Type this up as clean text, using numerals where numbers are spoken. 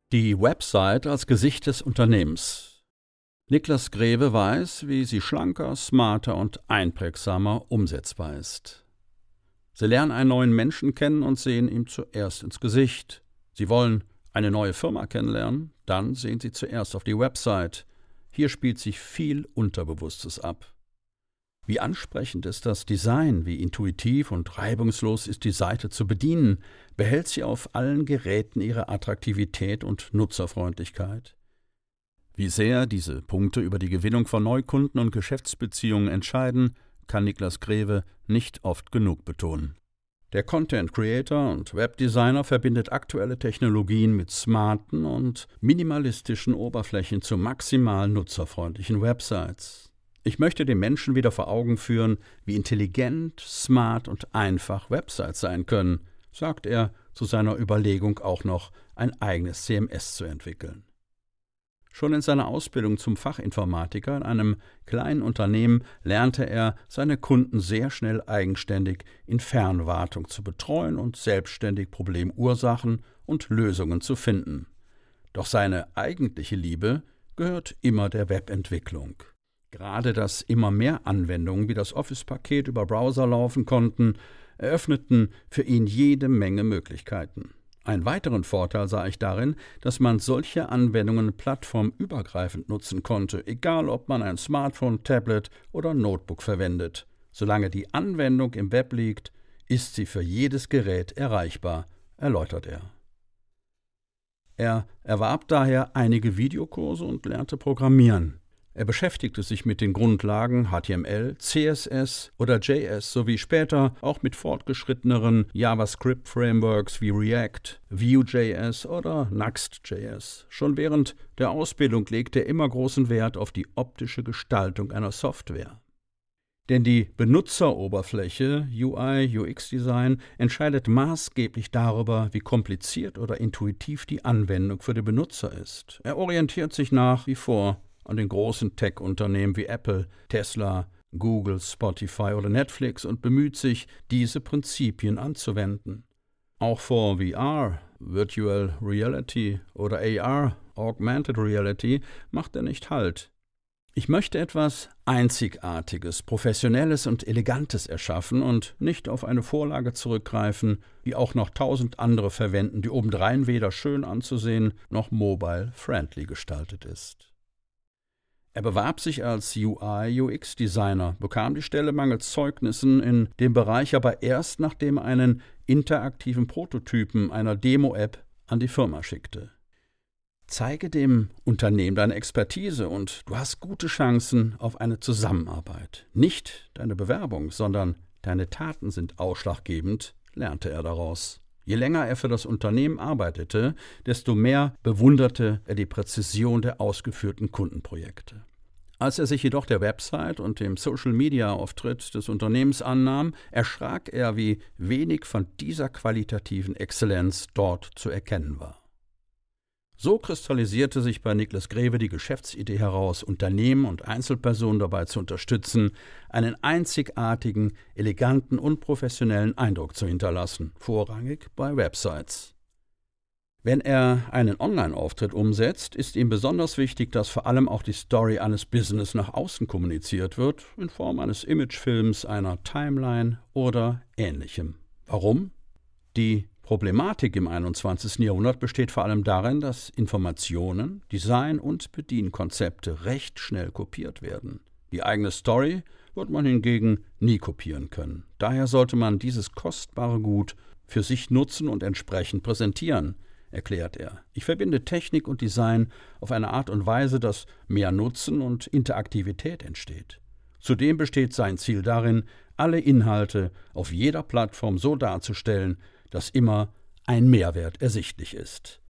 Die Website als Gesicht des Unternehmens. Niklas Greve weiß, wie sie schlanker, smarter und einprägsamer umsetzbar ist. Sie lernen einen neuen Menschen kennen und sehen ihm zuerst ins Gesicht. Sie wollen eine neue Firma kennenlernen, dann sehen sie zuerst auf die Website. Hier spielt sich viel Unterbewusstes ab. Wie ansprechend ist das Design, wie intuitiv und reibungslos ist die Seite zu bedienen, behält sie auf allen Geräten ihre Attraktivität und Nutzerfreundlichkeit. Wie sehr diese Punkte über die Gewinnung von Neukunden und Geschäftsbeziehungen entscheiden, kann Niklas Greve nicht oft genug betonen. Der Content Creator und Webdesigner verbindet aktuelle Technologien mit smarten und minimalistischen Oberflächen zu maximal nutzerfreundlichen Websites. Ich möchte den Menschen wieder vor Augen führen, wie intelligent, smart und einfach Websites sein können, sagt er zu seiner Überlegung auch noch, ein eigenes CMS zu entwickeln. Schon in seiner Ausbildung zum Fachinformatiker in einem kleinen Unternehmen lernte er, seine Kunden sehr schnell eigenständig in Fernwartung zu betreuen und selbstständig Problemursachen und Lösungen zu finden. Doch seine eigentliche Liebe gehört immer der Webentwicklung. Gerade dass immer mehr Anwendungen wie das Office-Paket über Browser laufen konnten, eröffneten für ihn jede Menge Möglichkeiten. Einen weiteren Vorteil sah ich darin, dass man solche Anwendungen plattformübergreifend nutzen konnte, egal ob man ein Smartphone, Tablet oder Notebook verwendet. Solange die Anwendung im Web liegt, ist sie für jedes Gerät erreichbar, erläutert er. Er erwarb daher einige Videokurse und lernte Programmieren. Er beschäftigte sich mit den Grundlagen HTML, CSS oder JS sowie später auch mit fortgeschritteneren JavaScript-Frameworks wie React, Vue.js oder Next.js. Schon während der Ausbildung legte er immer großen Wert auf die optische Gestaltung einer Software. Denn die Benutzeroberfläche, UI, UX-Design, entscheidet maßgeblich darüber, wie kompliziert oder intuitiv die Anwendung für den Benutzer ist. Er orientiert sich nach wie vor an den großen Tech-Unternehmen wie Apple, Tesla, Google, Spotify oder Netflix und bemüht sich, diese Prinzipien anzuwenden. Auch vor VR, Virtual Reality oder AR, Augmented Reality, macht er nicht Halt. Ich möchte etwas Einzigartiges, Professionelles und Elegantes erschaffen und nicht auf eine Vorlage zurückgreifen, die auch noch 1000 andere verwenden, die obendrein weder schön anzusehen noch mobile-friendly gestaltet ist. Er bewarb sich als UI-UX-Designer, bekam die Stelle mangels Zeugnissen in dem Bereich aber erst, nachdem er einen interaktiven Prototypen einer Demo-App an die Firma schickte. Zeige dem Unternehmen deine Expertise und du hast gute Chancen auf eine Zusammenarbeit. Nicht deine Bewerbung, sondern deine Taten sind ausschlaggebend, lernte er daraus. Je länger er für das Unternehmen arbeitete, desto mehr bewunderte er die Präzision der ausgeführten Kundenprojekte. Als er sich jedoch der Website und dem Social-Media-Auftritt des Unternehmens annahm, erschrak er, wie wenig von dieser qualitativen Exzellenz dort zu erkennen war. So kristallisierte sich bei Niklas Greve die Geschäftsidee heraus, Unternehmen und Einzelpersonen dabei zu unterstützen, einen einzigartigen, eleganten und professionellen Eindruck zu hinterlassen, vorrangig bei Websites. Wenn er einen Online-Auftritt umsetzt, ist ihm besonders wichtig, dass vor allem auch die Story eines Business nach außen kommuniziert wird, in Form eines Imagefilms, einer Timeline oder Ähnlichem. Warum? Die Problematik im 21. Jahrhundert besteht vor allem darin, dass Informationen, Design und Bedienkonzepte recht schnell kopiert werden. Die eigene Story wird man hingegen nie kopieren können. Daher sollte man dieses kostbare Gut für sich nutzen und entsprechend präsentieren, erklärt er. Ich verbinde Technik und Design auf eine Art und Weise, dass mehr Nutzen und Interaktivität entsteht. Zudem besteht sein Ziel darin, alle Inhalte auf jeder Plattform so darzustellen, dass immer ein Mehrwert ersichtlich ist.